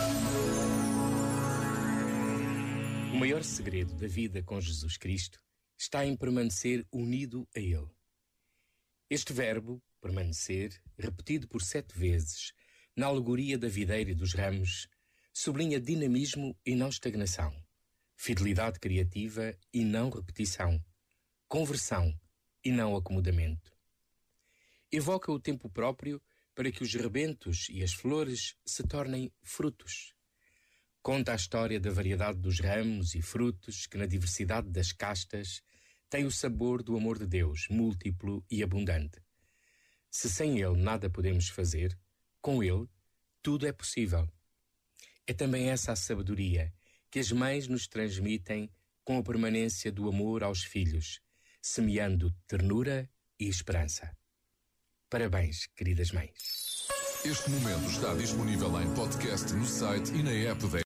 O maior segredo da vida com Jesus Cristo está em permanecer unido a Ele. Este verbo, permanecer, repetido por 7 vezes, na alegoria da videira e dos ramos, sublinha dinamismo e não estagnação, fidelidade criativa e não repetição, conversão e não acomodamento. Evoca o tempo próprio para que os rebentos e as flores se tornem frutos. Conta a história da variedade dos ramos e frutos que, na diversidade das castas, tem o sabor do amor de Deus, múltiplo e abundante. Se sem Ele nada podemos fazer, com Ele tudo é possível. É também essa a sabedoria que as mães nos transmitem com a permanência do amor aos filhos, semeando ternura e esperança. Parabéns, queridas mães. Este momento está disponível em podcast no site e na app da